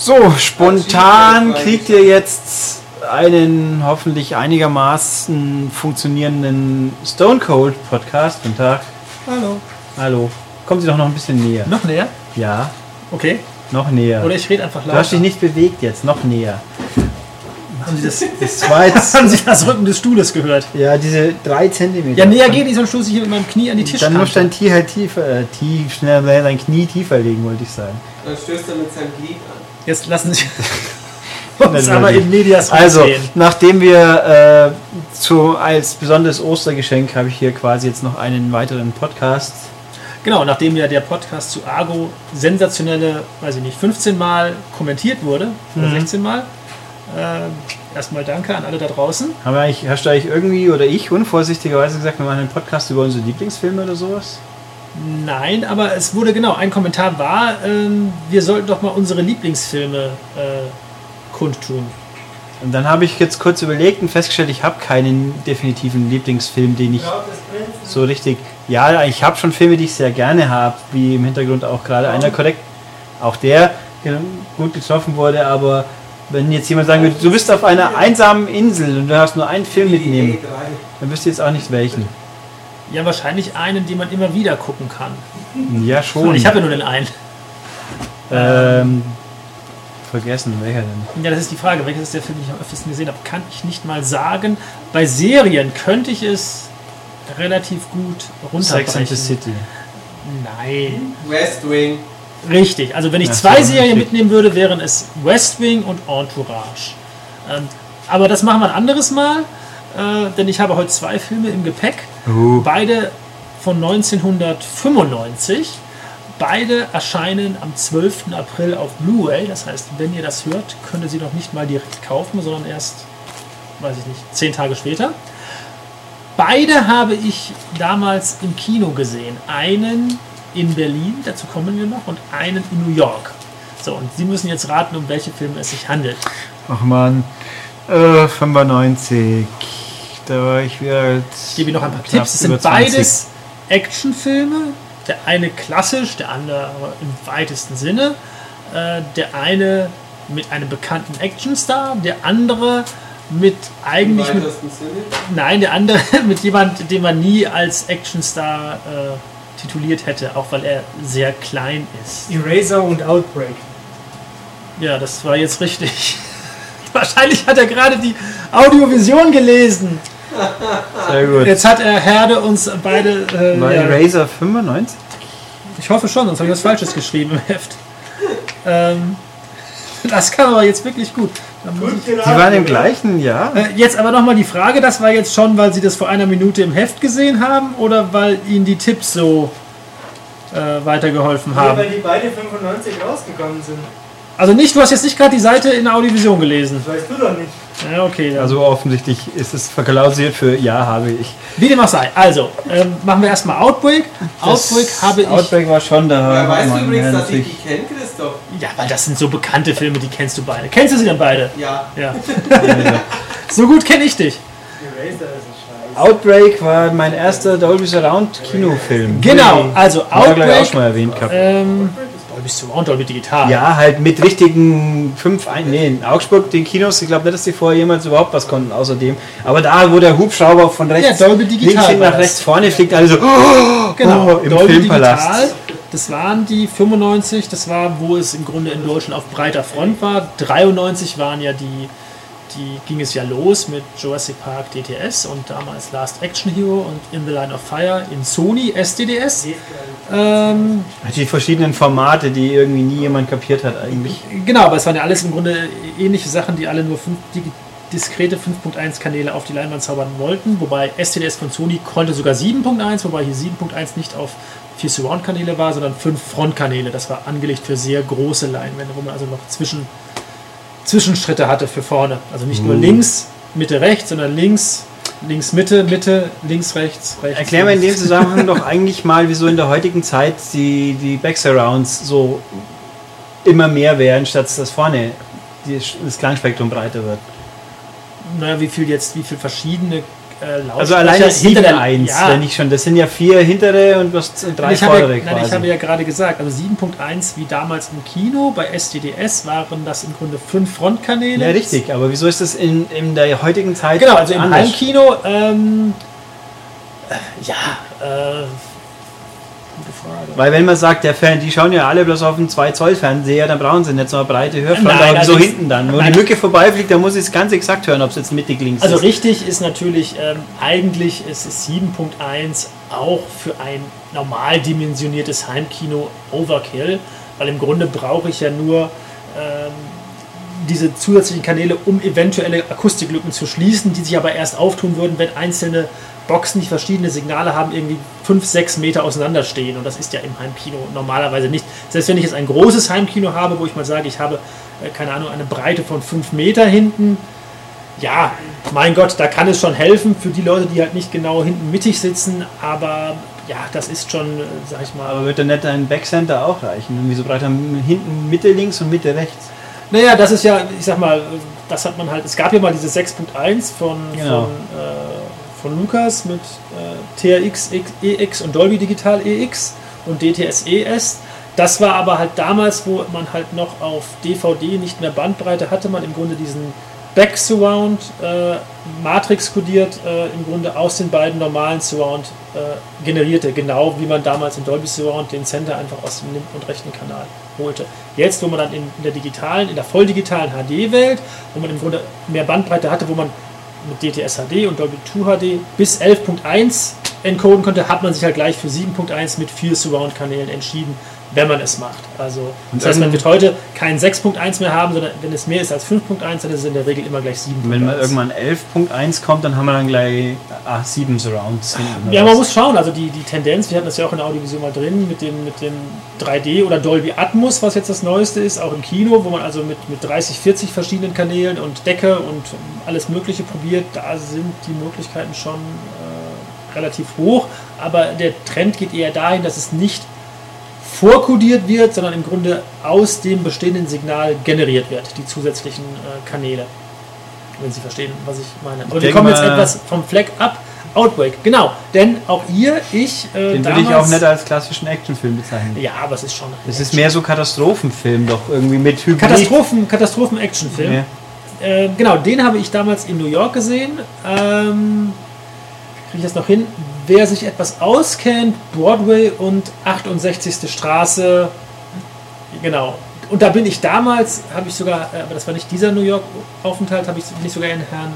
So, spontan kriegt ihr jetzt einen hoffentlich einigermaßen funktionierenden Stone Cold Podcast. Guten Tag. Hallo. Hallo. Kommen Sie doch noch ein bisschen näher. Noch näher? Ja. Okay. Noch näher. Oder ich rede einfach lauter. Du hast dich nicht bewegt jetzt, noch näher. Haben Sie Das war jetzt, haben Sie das Rücken des Stuhles gehört? ja, diese 3 Zentimeter. Ja, näher geht nicht, sonst stoße ich hier mit meinem Knie an die Tischkante. Dann musst du dein Knie halt schnell dein Knie tiefer legen, wollte ich sagen. Dann stößt er mit seinem Glied an. Jetzt lassen Sie uns aber in Medias Res Also, gehen. nachdem wir als besonderes Ostergeschenk habe ich hier quasi jetzt noch einen weiteren Podcast. Genau, nachdem ja der Podcast zu Argo sensationelle, weiß ich nicht, 15 Mal kommentiert wurde, oder 16 Mal. Erstmal danke an alle da draußen. Hast du eigentlich irgendwie oder ich unvorsichtigerweise gesagt, wir machen einen Podcast über unsere Lieblingsfilme oder sowas? Nein, aber es wurde ein Kommentar war, wir sollten doch mal unsere Lieblingsfilme kundtun. Und dann habe ich jetzt kurz überlegt und festgestellt, ich habe keinen definitiven Lieblingsfilm, den ich so richtig... Ja, ich habe schon Filme, die ich sehr gerne habe, wie im Hintergrund auch gerade einer korrekt, auch der gut getroffen wurde, aber wenn jetzt jemand sagen würde, du bist auf einer einsamen Insel und du hast nur einen Film mitnehmen, dann wüsste ich jetzt auch nicht welchen. Ja, wahrscheinlich einen, den man immer wieder gucken kann. Ja, schon. Ich habe ja nur den einen. Vergessen, welcher denn? Ja, das ist die Frage. Welches ist der Film, den ich am öftesten gesehen habe? Kann ich nicht mal sagen. Bei Serien könnte ich es relativ gut runterbrechen. Sex and the City. Nein. West Wing. Richtig. Also wenn ich Ja, 2 Serien richtig. mitnehmen würde, wären es West Wing und Entourage. Aber das machen wir ein anderes Mal, denn ich habe heute 2 Filme im Gepäck. Beide von 1995. Beide erscheinen am 12. April auf Blu-ray. Das heißt, wenn ihr das hört, könnt ihr sie noch nicht mal direkt kaufen, sondern erst, weiß ich nicht, 10 Tage später. Beide habe ich damals im Kino gesehen. Einen in Berlin, dazu kommen wir noch, und einen in New York. So, und Sie müssen jetzt raten, um welche Filme es sich handelt. Ach man, 95. Da war ich wieder... Ich gebe Ihnen noch ein paar Tipps. Es sind beides Actionfilme. Der eine klassisch, der andere im weitesten Sinne. Der eine mit einem bekannten Actionstar, der andere mit eigentlich Im mit... weitesten Sinne. Nein, der andere mit jemand, den man nie als Actionstar tituliert hätte, auch weil er sehr klein ist. Eraser und Outbreak. Ja, das war jetzt richtig. Wahrscheinlich hat er gerade die Audiovision gelesen. Sehr gut. Jetzt hat er Herde uns beide... War Eraser 95? Ich hoffe schon, sonst habe ich was Falsches geschrieben im Heft. Das kann aber jetzt wirklich gut. Die waren im gleichen Jahr? Jetzt aber nochmal die Frage, das war jetzt schon, weil Sie das vor einer Minute im Heft gesehen haben oder weil Ihnen die Tipps so weitergeholfen haben? Weil die beide 95 rausgekommen sind. Also nicht, du hast jetzt nicht gerade die Seite in der Audiovision gelesen. Das weißt du doch nicht. Ja, okay. Dann. Also offensichtlich ist es verklausuliert für ja, habe ich. Wie dem auch sei. Also, machen wir erstmal Outbreak. Outbreak habe ich... Outbreak war schon da. Ja, weißt du übrigens, dass ich natürlich. die kenne, Christoph? Ja, weil das sind so bekannte Filme, die kennst du beide. Kennst du sie denn beide? Ja. Ja. So gut kenne ich dich. Eraser ist ein Scheiß. Outbreak war mein erster Dolby Surround Kinofilm. Genau, also Outbreak. Gleich auch Outbreak... schon mal erwähnt gehabt. Dolby Surround, Dolby Digital. Ja, halt mit richtigen in Augsburg, den Kinos, ich glaube nicht, dass die vorher jemals überhaupt was konnten, außerdem. Aber da, wo der Hubschrauber von rechts, Ja, Dolby Digital links hin war nach das. rechts vorne fliegt, also Genau, im Dolby Filmpalast. Digital, das waren die 95, das war, wo es im Grunde in Deutschland auf breiter Front war. 93 waren ja ging es ja los mit Jurassic Park DTS und damals Last Action Hero und In the Line of Fire in Sony SDDS. Die verschiedenen Formate, die irgendwie nie jemand kapiert hat eigentlich. Genau, aber es waren ja alles im Grunde ähnliche Sachen, die alle nur diskrete 5.1 Kanäle auf die Leinwand zaubern wollten, wobei STDS von Sony konnte sogar 7.1, wobei hier 7.1 nicht auf 4 Surround-Kanäle war, sondern 5 Frontkanäle. Das war angelegt für sehr große Leinwände, wo man also noch Zwischenschritte hatte für vorne. Also nicht nur links, Mitte, rechts, sondern links, Mitte, links, rechts. Erklär mir in dem Zusammenhang doch eigentlich mal, wieso in der heutigen Zeit die Backsurrounds so immer mehr werden, statt dass vorne das Klangspektrum breiter wird. Naja, wie viel verschiedene Lautsprecher Also alleine hinter der 7.1, ja, wenn ich schon. Das sind ja 4 hintere und was 3 ich habe vordere ja, quasi. ich habe ja gerade gesagt, also 7.1 wie damals im Kino, bei STDS waren das im Grunde 5 Frontkanäle. Ja, richtig. Aber wieso ist das in der heutigen Zeit Genau, also im anders? Heimkino, gute Frage. Weil wenn man sagt, die schauen ja alle bloß auf einen 2-Zoll-Fernseher, dann brauchen sie nicht so eine breite Hörfront. Nein, Aber also so hinten dann. Wo nein. die Mücke vorbeifliegt, da muss ich es ganz exakt hören, ob es jetzt mittig links Also ist. richtig ist natürlich, eigentlich ist es 7.1 auch für ein normal dimensioniertes Heimkino Overkill, weil im Grunde brauche ich ja nur diese zusätzlichen Kanäle, um eventuelle Akustiklücken zu schließen, die sich aber erst auftun würden, wenn einzelne Boxen, die verschiedene Signale haben, irgendwie 5-6 Meter auseinander stehen. Und das ist ja im Heimkino normalerweise nicht. Selbst wenn ich jetzt ein großes Heimkino habe, wo ich mal sage, ich habe, keine Ahnung, eine Breite von 5 Meter hinten, ja, mein Gott, da kann es schon helfen für die Leute, die halt nicht genau hinten mittig sitzen, aber ja, das ist schon, sag ich mal... Aber wird dann nicht ein Backcenter auch reichen? Und wieso braucht man hinten Mitte links und Mitte rechts? Naja, das ist ja, ich sag mal, das hat man halt, es gab ja mal diese 6.1 von Lucas mit TRX, EX und Dolby Digital EX und DTS ES. Das war aber halt damals, wo man halt noch auf DVD nicht mehr Bandbreite hatte, man im Grunde diesen Back Surround Matrix kodiert im Grunde aus den beiden normalen Surround generierte, genau wie man damals in Dolby Surround den Center einfach aus dem linken und rechten Kanal holte. Jetzt, wo man dann in der volldigitalen HD-Welt, wo man im Grunde mehr Bandbreite hatte, wo man mit DTS HD und Dolby 2 HD bis 11.1 encoden konnte, hat man sich halt gleich für 7.1 mit 4 Surround-Kanälen entschieden, wenn man es macht. Also, das heißt, man wird heute kein 6.1 mehr haben, sondern wenn es mehr ist als 5.1, dann ist es in der Regel immer gleich 7.1. Wenn man irgendwann 11.1 kommt, dann haben wir dann gleich 7 Surrounds. Ja, man muss schauen, also die Tendenz, wir hatten das ja auch in der Audiovision mal drin, mit dem 3D oder Dolby Atmos, was jetzt das Neueste ist, auch im Kino, wo man also mit 30, 40 verschiedenen Kanälen und Decke und alles Mögliche probiert, da sind die Möglichkeiten schon relativ hoch, aber der Trend geht eher dahin, dass es nicht vorkodiert wird, sondern im Grunde aus dem bestehenden Signal generiert wird, die zusätzlichen Kanäle. Wenn Sie verstehen, was ich meine. Aber wir kommen jetzt etwas vom Fleck ab. Outbreak, genau. Denn auch hier, den würde ich auch nicht als klassischen Actionfilm bezeichnen. Ja, aber es ist schon... Es ist mehr so Katastrophenfilm, doch irgendwie mit Hybrid. Katastrophen-Actionfilm. Ja. Genau, den habe ich damals in New York gesehen. Kriege ich das noch hin? Wer sich etwas auskennt, Broadway und 68. Straße, genau. Und da bin ich damals, habe ich sogar, aber das war nicht dieser New York-Aufenthalt, bin ich sogar in Herrn,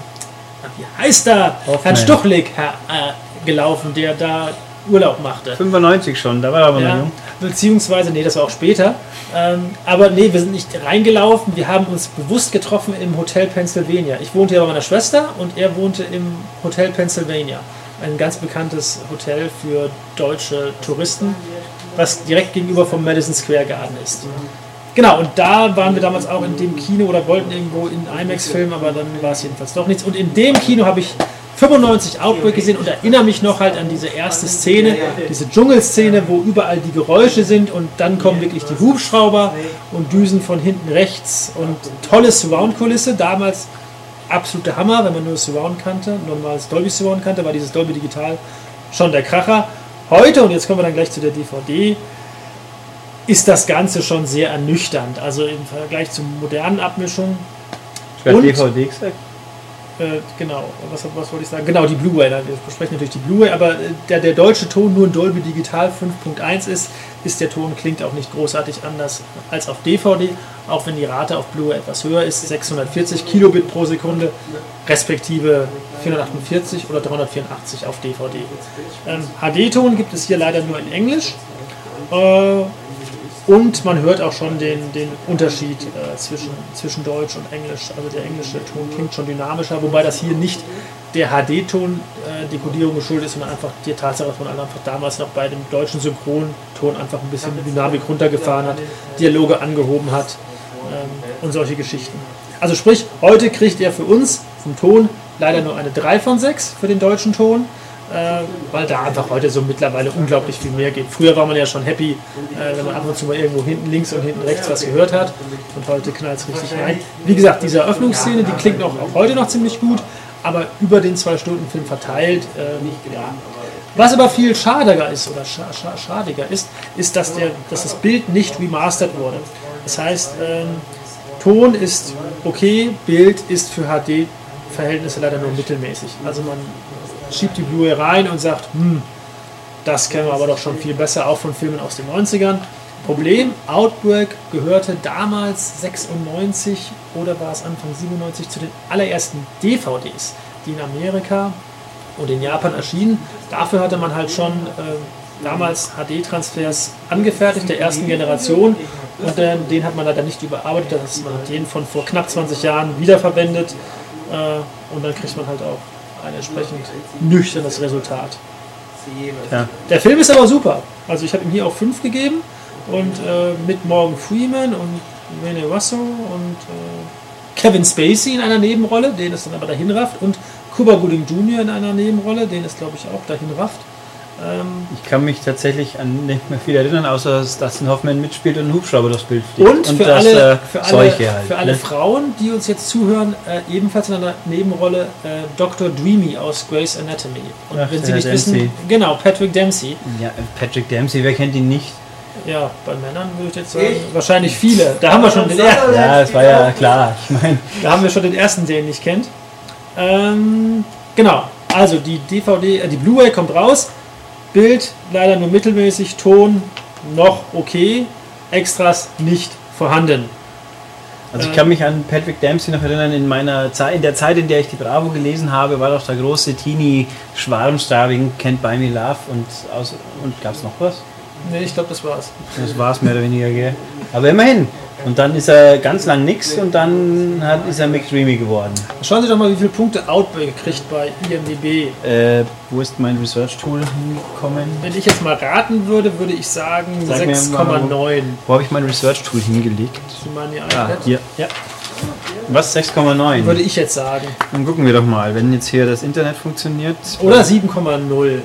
wie heißt er? Herrn Stuchlik gelaufen, der da Urlaub machte. 95 schon, da war er aber noch jung. Beziehungsweise, nee, das war auch später. Aber nee, wir sind nicht reingelaufen, wir haben uns bewusst getroffen im Hotel Pennsylvania. Ich wohnte ja bei meiner Schwester und er wohnte im Hotel Pennsylvania. Ein ganz bekanntes Hotel für deutsche Touristen, was direkt gegenüber vom Madison Square Garden ist. Genau, und da waren wir damals auch in dem Kino oder wollten irgendwo in IMAX filmen, aber dann war es jedenfalls doch nichts. Und in dem Kino habe ich 95 Outbreak gesehen und erinnere mich noch halt an diese erste Szene, diese Dschungelszene, wo überall die Geräusche sind und dann kommen wirklich die Hubschrauber und düsen von hinten rechts und tolle Surround-Kulisse, damals absolute Hammer, wenn man nur Surround kannte, normales Dolby Surround kannte, war dieses Dolby Digital schon der Kracher. Heute, und jetzt kommen wir dann gleich zu der DVD, ist das Ganze schon sehr ernüchternd, also im Vergleich zur modernen Abmischung. Ich habe DVD gesagt. Genau, was wollte ich sagen? Genau, die Blu-ray, wir besprechen natürlich die Blu-ray, aber der deutsche Ton nur in Dolby Digital 5.1 ist der Ton, klingt auch nicht großartig anders als auf DVD, auch wenn die Rate auf Blu-ray etwas höher ist, 640 Kilobit pro Sekunde, respektive 448 oder 384 auf DVD. HD-Ton gibt es hier leider nur in Englisch. Und man hört auch schon den Unterschied zwischen Deutsch und Englisch. Also der englische Ton klingt schon dynamischer, wobei das hier nicht der HD-Ton-Dekodierung geschuldet ist, sondern einfach die Tatsache, dass man einfach damals noch bei dem deutschen Synchronton einfach ein bisschen Dynamik runtergefahren hat, Dialoge angehoben hat und solche Geschichten. Also sprich, heute kriegt er für uns vom Ton leider nur eine 3 von 6 für den deutschen Ton. Weil da einfach heute so mittlerweile unglaublich viel mehr geht. Früher war man ja schon happy, wenn man ab und zu mal irgendwo hinten links und hinten rechts was gehört hat und heute knallt es richtig rein. Wie gesagt, diese Eröffnungsszene, die klingt auch heute noch ziemlich gut, aber über den 2-Stunden-Film verteilt. Ja. Was aber viel schadiger ist, ist, dass das Bild nicht remastert wurde. Das heißt, Ton ist okay, Bild ist für HD-Verhältnisse leider nur mittelmäßig. Also man schiebt die Blu-ray rein und sagt, das kennen wir aber doch schon viel besser, auch von Filmen aus den 90ern. Problem, Outbreak gehörte damals 96 oder war es Anfang 97 zu den allerersten DVDs, die in Amerika und in Japan erschienen. Dafür hatte man halt schon damals HD-Transfers angefertigt, der ersten Generation, und den hat man leider nicht überarbeitet, das heißt, man hat den von vor knapp 20 Jahren wiederverwendet, und dann kriegt man halt auch ein entsprechend nüchternes Resultat. Ja. Der Film ist aber super, also ich habe ihm hier auch 5 gegeben, und mit Morgan Freeman und Rene Russo und Kevin Spacey in einer Nebenrolle, den es dann aber dahin rafft, und Cuba Gooding Jr. in einer Nebenrolle, den es glaube ich auch dahin rafft. Ich kann mich tatsächlich an nicht mehr viel erinnern, außer dass Dustin Hoffman mitspielt und ein Hubschrauber durchs Bild fliegt. Und für alle Ne? Frauen, die uns jetzt zuhören, ebenfalls in einer Nebenrolle Dr. Dreamy aus Grey's Anatomy. Und Ach, wenn Sie der nicht Dempsey. wissen, genau, Patrick Dempsey. Ja, Patrick Dempsey, wer kennt ihn nicht? Ja, bei Männern würde ich jetzt sagen, wahrscheinlich viele. Da haben wir schon den ersten. Ja, das war ja klar. Ich meine, Da haben wir schon den ersten, den ihr nicht kennt. Genau, also die DVD, die Blu-ray kommt raus. Bild leider nur mittelmäßig, Ton noch okay, Extras nicht vorhanden. also ich kann mich an Patrick Dempsey noch erinnern, in der Zeit, in der ich die Bravo gelesen habe, war doch der große Teenie-Schwarmstar Can't Buy Me Love und gab es noch was? Ne, ich glaube, das war's. Das war es mehr oder weniger, gell? Aber immerhin. Und dann ist er ganz lang nix und dann ist er McDreamy geworden. Schauen Sie doch mal, wie viele Punkte Outbreak kriegt bei IMDb. Wo ist mein Research-Tool hingekommen? Wenn ich jetzt mal raten würde, würde ich sagen Sag mir 6,9. Wo habe ich mein Research-Tool hingelegt? Sie meinen Ihr Ah, iPad? hier. Ja. Was? 6,9? Würde ich jetzt sagen. Dann gucken wir doch mal, wenn jetzt hier das Internet funktioniert. Oder 7,0.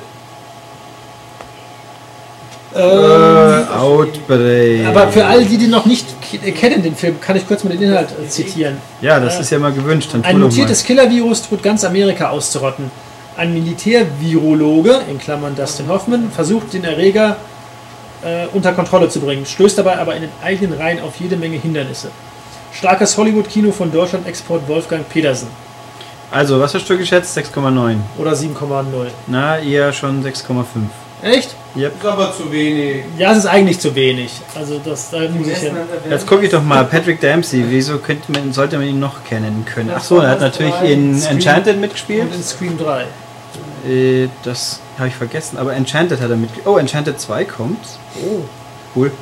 Outbreak. Aber für alle, die den noch nicht kennen, den Film, kann ich kurz mal den Inhalt zitieren. Ja, das ist ja mal gewünscht. Dann Ein mutiertes Killervirus droht ganz Amerika auszurotten. Ein Militärvirologe, in Klammern Dustin Hoffman, versucht den Erreger unter Kontrolle zu bringen, stößt dabei aber in den eigenen Reihen auf jede Menge Hindernisse. Starkes Hollywood-Kino von Deutschland-Export Wolfgang Petersen. Also, was hast du geschätzt? 6,9. Oder 7,0. Na, eher schon 6,5. Echt? Yep. Ist aber zu wenig. Ja, es ist eigentlich zu wenig. Also da muss ich hin. Jetzt gucke ich doch mal, Patrick Dempsey, wieso sollte man ihn noch kennen können? Achso, er hat natürlich in Enchanted mitgespielt. Und in Scream 3. Das habe ich vergessen, aber Enchanted hat er mitgespielt. Oh, Enchanted 2 kommt. Oh. Cool.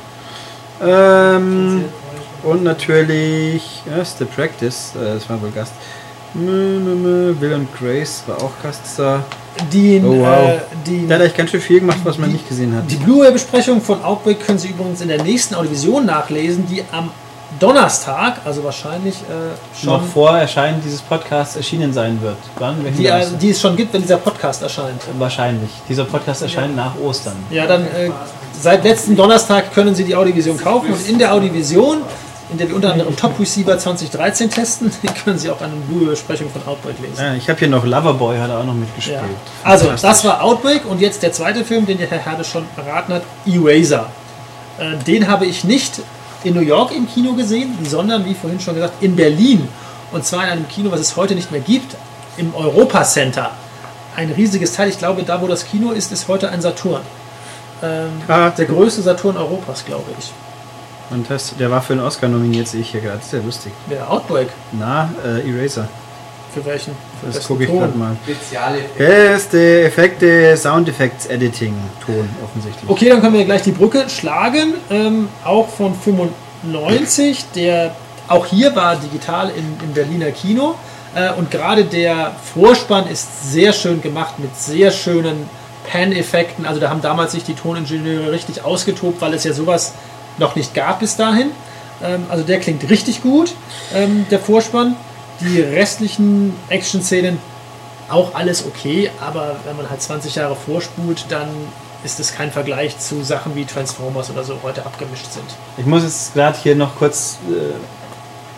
Und natürlich The Practice, das war wohl Gast. Will und Grace war auch Gaststar. Oh wow. Der hat echt ganz schön viel gemacht, was man nicht gesehen hat. Die Blu-ray-Besprechung von Outbreak können Sie übrigens in der nächsten Audiovision nachlesen, die am Donnerstag, also wahrscheinlich schon... Noch vor Erscheinen dieses Podcasts erschienen sein wird. Wann? Die es schon gibt, wenn dieser Podcast erscheint. Wahrscheinlich. Dieser Podcast erscheint nach Ostern. Ja, dann seit letzten Donnerstag können Sie die Audiovision kaufen, und in der Audiovision, in der wir unter anderem Top Receiver 2013 testen, können Sie auch eine Blu-ray-Besprechung von Outbreak lesen. Ja, ich habe hier noch Loverboy, hat er auch noch mitgespielt. Ja. Also, das war Outbreak, und jetzt der zweite Film, den der Herr Herde schon erraten hat, Eraser. Den habe ich nicht in New York im Kino gesehen, sondern, wie vorhin schon gesagt, in Berlin. Und zwar in einem Kino, was es heute nicht mehr gibt, im Europa Center. Ein riesiges Teil, ich glaube, da wo das Kino ist, ist heute ein Saturn. Der größte Saturn Europas, glaube ich. Und der war für einen Oscar nominiert, sehe ich hier gerade. Das ist ja lustig. Der Outbreak. Na, Eraser. Für welchen? Für Das gucke ich gerade mal. Spezialeffekte. Beste Effekte, Soundeffects, Editing, Ton offensichtlich. Okay, dann können wir gleich die Brücke schlagen. Auch von 95. Auch hier war digital im Berliner Kino. Und gerade der Vorspann ist sehr schön gemacht mit sehr schönen Pan-Effekten. Also da haben damals sich die Toningenieure richtig ausgetobt, weil es ja sowas noch nicht gab bis dahin. Also der klingt richtig gut, der Vorspann. Die restlichen Action-Szenen auch alles okay, aber wenn man halt 20 Jahre vorspult, dann ist es kein Vergleich zu Sachen wie Transformers oder so heute abgemischt sind. Ich muss jetzt gerade hier noch kurz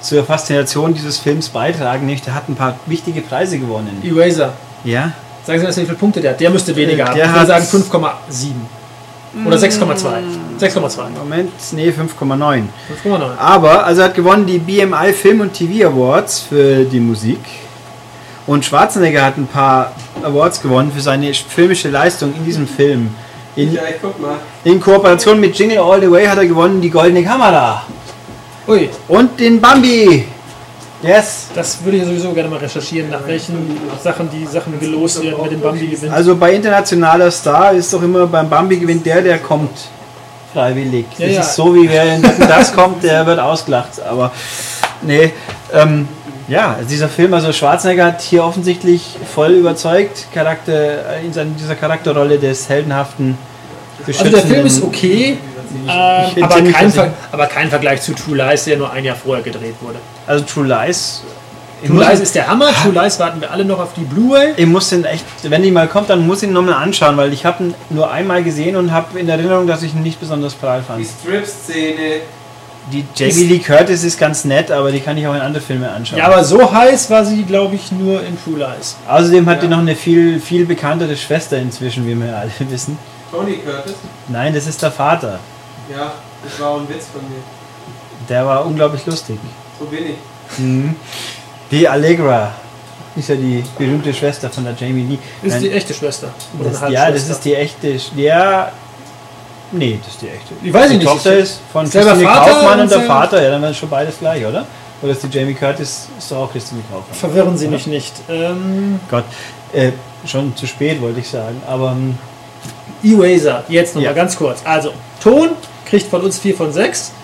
zur Faszination dieses Films beitragen. Nämlich, der hat ein paar wichtige Preise gewonnen. Eraser. Ja? Sagen Sie mal, wie viele Punkte der hat. Der müsste weniger haben. Der Ich würde hat- sagen 5,7. Oder 6,2. 6,2. Moment, nee, 5,9. 5,9. Aber, also er hat gewonnen die BMI Film und TV Awards für die Musik. Und Schwarzenegger hat ein paar Awards gewonnen für seine filmische Leistung in diesem Film. Ja, ich guck mal. In Kooperation mit Jingle All the Way hat er gewonnen die Goldene Kamera. Ui, Und den Bambi. Yes. das würde ich sowieso gerne mal recherchieren, nach welchen Sachen die Sachen gelost werden, wer den Bambi gewinnt. Also bei internationaler Star ist doch immer beim Bambi gewinnt der kommt freiwillig. Ja, Das ja. ist so, wie wer in das kommt, der wird ausgelacht. Aber nee, ja, dieser Film, also Schwarzenegger hat hier offensichtlich voll überzeugt, dieser Charakterrolle des heldenhaften, Also der Film ist okay, Ich aber, finde kein nicht, dass aber kein Vergleich zu True Lies, der nur ein Jahr vorher gedreht wurde. Also True Lies. True Lies ist der Hammer, True Lies warten wir alle noch auf die Blu-ray. Ich muss den echt, wenn die mal kommt, dann muss ich ihn nochmal anschauen, weil ich habe ihn nur einmal gesehen und habe in Erinnerung, dass ich ihn nicht besonders prall Die fand. Strip-Szene. Die Jamie Lee Curtis ist ganz nett, aber die kann ich auch in andere Filme anschauen. Ja, aber so heiß war sie, glaube ich, nur in True Lies. Außerdem hat die noch eine viel, viel bekanntere Schwester inzwischen, wie wir alle wissen. Tony Curtis. Nein, das ist der Vater. Ja, das war ein Witz von mir. Der war unglaublich lustig. So bin ich. Mhm. Die Allegra ist ja die berühmte Schwester von der Jamie Lee. Ist Nein, die echte Schwester. Oder das, eine ja, das Halbschwester. ist die echte. Ja, nee, das ist die echte. Ich weiß die nicht, Tochter ich- ist von selber Christine Vater Kaufmann und und der selber- Vater. Ja, dann wäre schon beides gleich, oder? Oder ist die Jamie Curtis ist doch auch Christine Kaufmann? Verwirren Sie Oder? mich nicht. Gott, schon zu spät wollte ich sagen, aber Eraser, jetzt nochmal Ja. ganz kurz. Also, Ton kriegt von uns 4 von 6.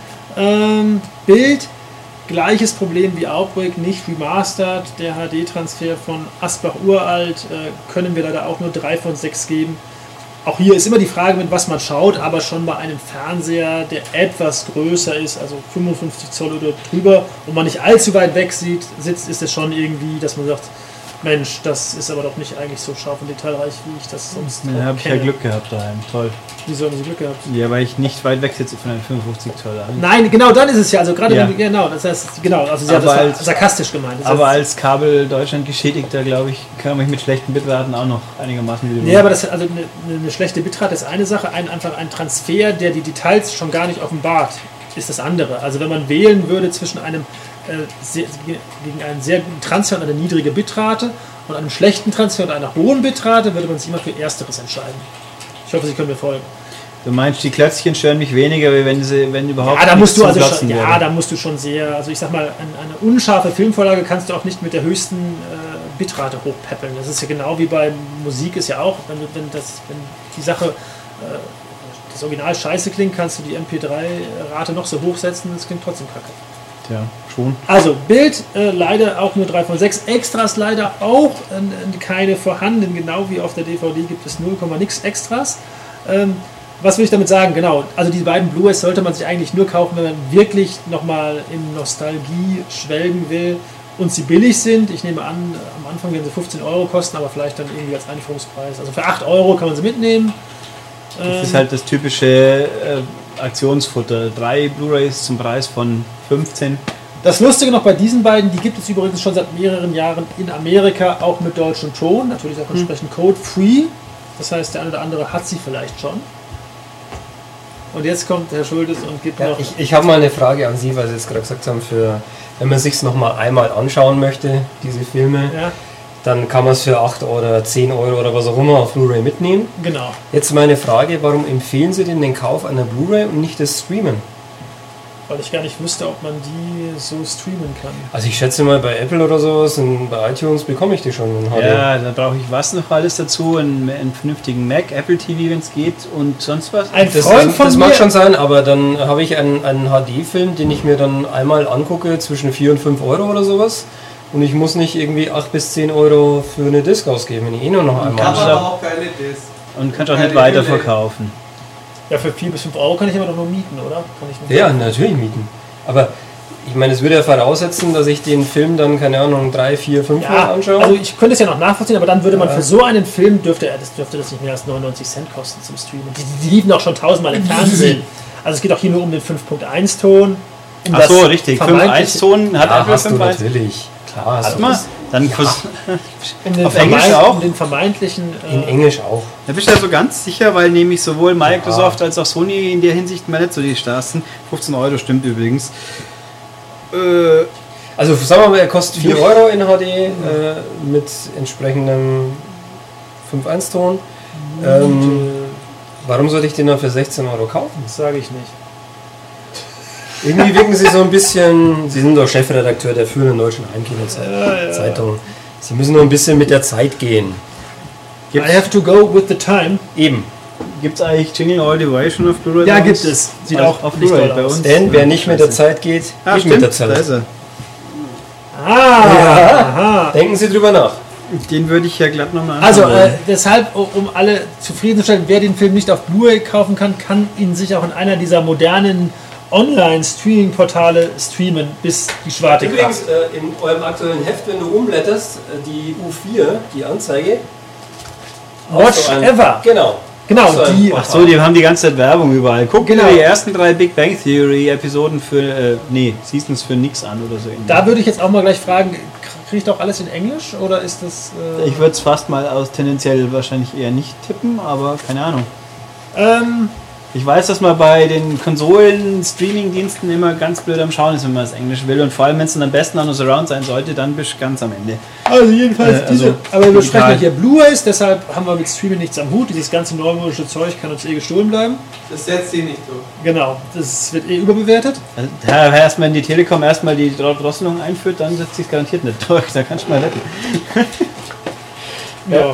Bild, gleiches Problem wie Outbreak, nicht remastered. Der HD-Transfer von Asbach uralt können wir leider auch nur 3 von 6 geben. Auch hier ist immer die Frage, mit was man schaut, aber schon bei einem Fernseher, der etwas größer ist, also 55 Zoll oder drüber, und man nicht allzu weit weg sitzt, ist es schon irgendwie, dass man sagt, Mensch, das ist aber doch nicht eigentlich so scharf und detailreich, wie ich das sonst da habe ich ja kenne. Glück gehabt daheim. Toll. Wieso haben Sie Glück gehabt? Ja, weil ich nicht weit weg sitze von einem 55 Zoll. Nein, genau, dann ist es ja, also gerade Ja. genau, das heißt, genau, also Sie Aber haben das war als- sarkastisch gemeint. Das Aber heißt, als Kabel Deutschland Geschädigter, glaube ich, kann ich mit schlechten Bitraten auch noch einigermaßen wieder. ja, aber das, also eine schlechte Bitrate ist eine Sache, einfach ein Transfer, der die Details schon gar nicht offenbart, ist das andere. Also wenn man wählen würde zwischen einem gegen einen sehr guten Transfer und eine niedrige Bitrate und einem schlechten Transfer und einer hohen Bitrate, würde man sich immer für Ersteres entscheiden. Ich hoffe, Sie können mir folgen. Du meinst, die Klötzchen stören mich weniger, wie wenn überhaupt. Ja, da musst du nichts also zum schon, Platzen ja, wäre. da musst du schon sehr, also ich sag mal, eine unscharfe Filmvorlage kannst du auch nicht mit der höchsten Bitrate hochpäppeln. Das ist ja genau wie bei Musik ist ja auch, wenn die Sache das Original scheiße klingt, kannst du die MP3-Rate noch so hochsetzen, das klingt trotzdem kacke. Ja, schon. Also Bild leider auch nur 3 von 6, Extras leider auch keine vorhanden, genau wie auf der DVD gibt es 0, nix Extras. Was will ich damit sagen? Genau, also die beiden Blu-rays sollte man sich eigentlich nur kaufen, wenn man wirklich nochmal in Nostalgie schwelgen will und sie billig sind. Ich nehme an, am Anfang werden sie 15 Euro kosten, aber vielleicht dann irgendwie als Einführungspreis. Also für 8 Euro kann man sie mitnehmen. Das ist halt das typische Aktionsfutter. 3 Blu-rays zum Preis von 15. Das Lustige noch bei diesen beiden, die gibt es übrigens schon seit mehreren Jahren in Amerika, auch mit deutschem Ton, natürlich auch entsprechend Code-free. Das heißt, der eine oder andere hat sie vielleicht schon. Und jetzt kommt Herr Schultes und gibt Ja, noch... ich habe mal eine Frage an Sie, weil Sie jetzt gerade gesagt haben, wenn man sich es nochmal einmal anschauen möchte, diese Filme, Ja, dann kann man es für 8 oder 10 Euro oder was auch immer auf Blu-ray mitnehmen. genau. Jetzt meine Frage, warum empfehlen Sie denn den Kauf einer Blu-ray und nicht das Streamen? Weil ich gar nicht wüsste, ob man die so streamen kann. Also ich schätze mal, bei Apple oder sowas und bei iTunes bekomme ich die schon in HD. Ja, da brauche ich was noch alles dazu. Einen vernünftigen Mac, Apple TV, wenn es geht und sonst was. Ein Das, Freund von das mir... mag schon sein, aber dann habe ich einen HD-Film, den ich mir dann einmal angucke, zwischen 4 und 5 Euro oder sowas. Und ich muss nicht irgendwie 8 bis 10 Euro für eine Disc ausgeben, wenn ich eh nur noch einmal Aber anschaue. auch keine Disc. Und kannst auch Keine nicht weiterverkaufen. Ja, für 4 bis 5 Euro kann ich aber doch nur mieten, oder? Kann ich nicht. Ja, natürlich mieten. Aber ich meine, es würde ja voraussetzen, dass ich den Film dann, keine Ahnung, 3, 4, 5 Mal Ja, anschaue. also ich könnte es ja noch nachvollziehen, aber dann würde man Ja. für so einen Film, dürfte das nicht mehr als 99 Cent kosten zum Streamen. Die liefen auch schon tausendmal im Fernsehen. Also es geht auch hier nur um den 5.1 Ton. Ach so, richtig. 5.1-Ton hat Apple hast du 5.1. natürlich. Klar, Hat man? Dann auf Englisch auch? Um den vermeintlichen... in Englisch auch. Da bist du ja so ganz sicher, weil nämlich sowohl Microsoft als auch Sony in der Hinsicht mal nicht so die Stars sind. 15 Euro stimmt übrigens. Also sagen wir mal, er kostet 4 Euro in HD mit entsprechendem 5.1-Ton. Warum sollte ich den dann für 16 Euro kaufen? Das sage ich nicht. Irgendwie wirken Sie so ein bisschen, Sie sind doch Chefredakteur der führenden deutschen Heimkino-Zeitung. Sie müssen nur ein bisschen mit der Zeit gehen. I have to go with the time. Eben. Gibt es eigentlich Jingle All the Way schon auf Blu-ray? Ja, bei uns? gibt es. Sieht Also auch auf nicht Blu-ray toll bei aus. uns. Denn wer nicht mit der Zeit geht, geht mit der Da Zeit. ist er. Aha. Denken Sie drüber nach. Den würde ich ja glatt nochmal Also anschauen. deshalb, um alle zufriedenzustellen, wer den Film nicht auf Blu-ray kaufen kann, kann ihn sich auch in einer dieser modernen Online-Streaming-Portale streamen, bis die Schwarte Übrigens, kracht. in eurem aktuellen Heft, wenn du umblätterst, die U4, die Anzeige. Watch so ein- Ever. Genau. Genau, so ein die... Portal. Ach so, die haben die ganze Zeit Werbung überall. Guck dir Genau. die ersten 3 Big Bang Theory Episoden für, Seasons für nix an oder so. Da würde ich jetzt auch mal gleich fragen, kriege ich doch alles in Englisch oder ist das... Ich würde es fast mal aus tendenziell wahrscheinlich eher nicht tippen, aber keine Ahnung. Ich weiß, dass man bei den Konsolen-Streaming-Diensten immer ganz blöd am Schauen ist, wenn man das Englisch will. Und vor allem, wenn es dann am besten auch noch Surround sein sollte, dann bist du ganz am Ende. Also jedenfalls diese... Aber wir digital. sprechen ja hier Blu-rays, deshalb haben wir mit Streaming nichts am Hut. Dieses ganze neumodische Zeug kann uns gestohlen bleiben. Das setzt sie nicht durch. Genau, das wird überbewertet. Also, erstmal in die Telekom erstmal die Drosselung einführt, dann setzt sich garantiert nicht durch. Da kannst du mal retten. Ja.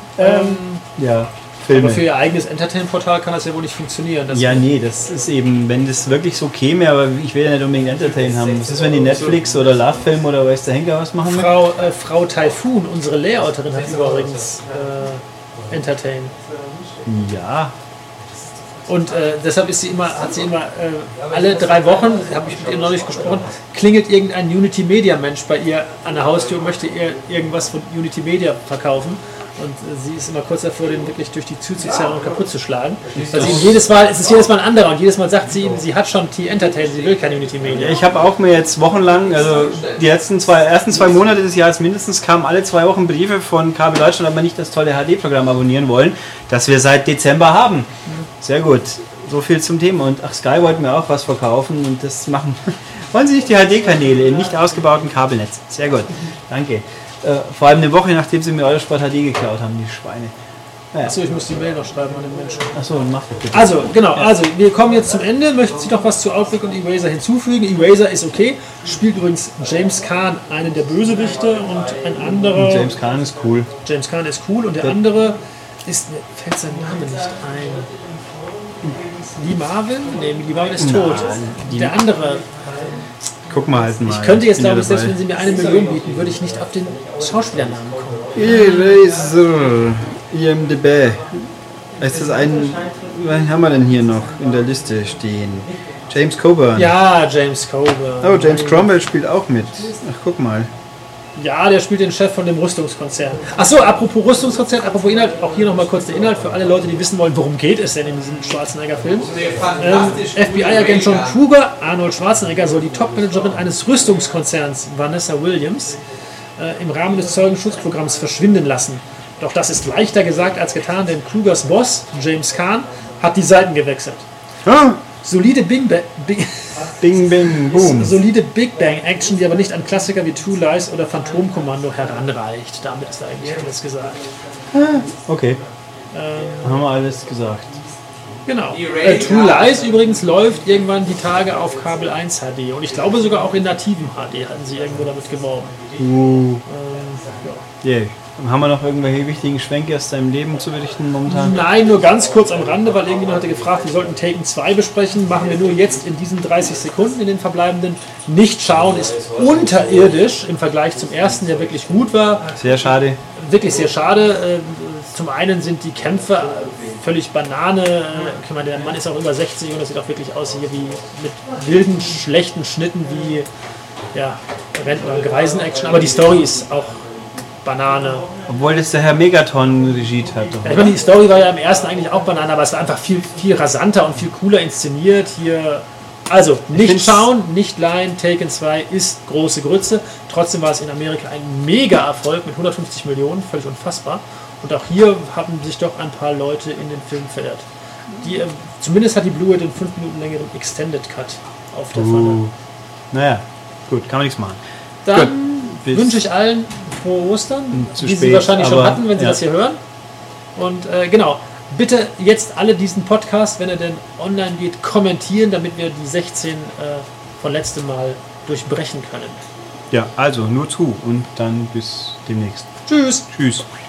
Ja, Aber Filme. für ihr eigenes Entertain-Portal kann das ja wohl nicht funktionieren. Das Ja, nee, das ist eben, wenn das wirklich so käme, aber ich will ja nicht unbedingt Entertain haben. Was ist, wenn die Netflix oder Love-Film oder weiß der Henker was machen? Frau Taifun, unsere Layouterin, hat übrigens Entertain. Ja, Und deshalb hat sie immer alle 3 Wochen, habe ich mit ihr neulich gesprochen, klingelt irgendein Unity Media Mensch bei ihr an der Haustür und möchte ihr irgendwas von Unity Media verkaufen. Und sie ist immer kurz davor, den wirklich durch die Tür zu zerren und kaputt zu schlagen. Weil sie es ist jedes Mal ein anderer und jedes Mal sagt sie ihm, sie hat schon T-Entertain, sie will kein Unity Media. ich habe auch mir jetzt wochenlang, also die ersten 2 Monate des Jahres mindestens, kamen alle 2 Wochen Briefe von Kabel Deutschland, aber nicht das tolle HD-Programm abonnieren wollen, das wir seit Dezember haben. Sehr gut, so viel zum Thema. Und Sky wollten mir auch was verkaufen und das machen. Wollen Sie nicht die HD-Kanäle im nicht ausgebauten Kabelnetz? Sehr gut, danke. Vor allem eine Woche, nachdem sie mir Eurosport HD geklaut haben, die Schweine. Naja. Achso, ich muss die Mail noch schreiben an den Menschen. Achso, mach das bitte. Also, genau, also wir kommen jetzt zum Ende. Möchten Sie noch was zu Outbreak und Eraser hinzufügen? Eraser ist okay. Spielt übrigens James Caan, einen der Bösewichte, und ein anderer... James Caan ist cool. James Caan ist cool und der andere ist... Mir fällt sein Name nicht ein. Lee Marvin? Nee, Lee Marvin ist tot. Der andere... Guck mal halt mal. Ich könnte jetzt, bin ja glaube ich, selbst dabei. wenn Sie mir 1 Million bieten, würde ich nicht auf den Schauspielernamen kommen. Eraser. IMDb. Ist das ein... Was haben wir denn hier noch in der Liste stehen? James Coburn. Ja, James Coburn. Oh, James Cromwell spielt auch mit. Ach, guck mal. Ja, der spielt den Chef von dem Rüstungskonzern. Achso, apropos Rüstungskonzern, apropos Inhalt, auch hier nochmal kurz der Inhalt für alle Leute, die wissen wollen, worum geht es denn in diesem Schwarzenegger-Film. FBI-Agent John Kruger, Arnold Schwarzenegger, soll die Topmanagerin eines Rüstungskonzerns, Vanessa Williams, im Rahmen des Zeugenschutzprogramms verschwinden lassen. Doch das ist leichter gesagt als getan, denn Krugers Boss, James Caan, hat die Seiten gewechselt. Ah, Solide Bing, Bing, Boom. Solide Big Bang Action, die aber nicht an Klassiker wie True Lies oder Phantomkommando heranreicht. Damit ist eigentlich alles gesagt. Okay. Haben wir alles gesagt. Genau. True Lies übrigens läuft irgendwann die Tage auf Kabel 1 HD und ich glaube sogar auch in nativem HD hatten sie irgendwo damit geworben. Yeah. Haben wir noch irgendwelche wichtigen Schwenke aus deinem Leben zu berichten momentan? Nein, nur ganz kurz am Rande, weil irgendjemand hatte gefragt, wir sollten Taken 2 besprechen. Machen wir nur jetzt in diesen 30 Sekunden in den verbleibenden. Nicht schauen ist unterirdisch im Vergleich zum ersten, der wirklich gut war. Sehr schade. Wirklich sehr schade. Zum einen sind die Kämpfe völlig Banane. Der Mann ist auch über 60 und das sieht auch wirklich aus hier wie mit wilden, schlechten Schnitten wie Rentner- und Greisen-Action. Aber die Story ist auch Banane. Obwohl das der Herr Megaton regiert hat. Ja, ich meine, die Story war ja im ersten eigentlich auch Banane, aber es war einfach viel, viel rasanter und viel cooler inszeniert. Hier Also, nicht find's- schauen, nicht leihen, Taken 2 ist große Grütze. Trotzdem war es in Amerika ein Mega-Erfolg mit 150 Millionen, völlig unfassbar. Und auch hier haben sich doch ein paar Leute in den Film verirrt. Zumindest hat die Blu-ray den 5 Minuten längeren Extended Cut auf der Pfanne. Naja, gut, kann man nichts machen. Dann Bis- wünsche ich allen frohe Ostern, Zu die Sie spät, wahrscheinlich schon aber- hatten, wenn Sie ja. das hier hören. Und genau, bitte jetzt alle diesen Podcast, wenn er denn online geht, kommentieren, damit wir die 16 von letztem Mal durchbrechen können. Ja, also nur zu und dann bis demnächst. Tschüss! Tschüss.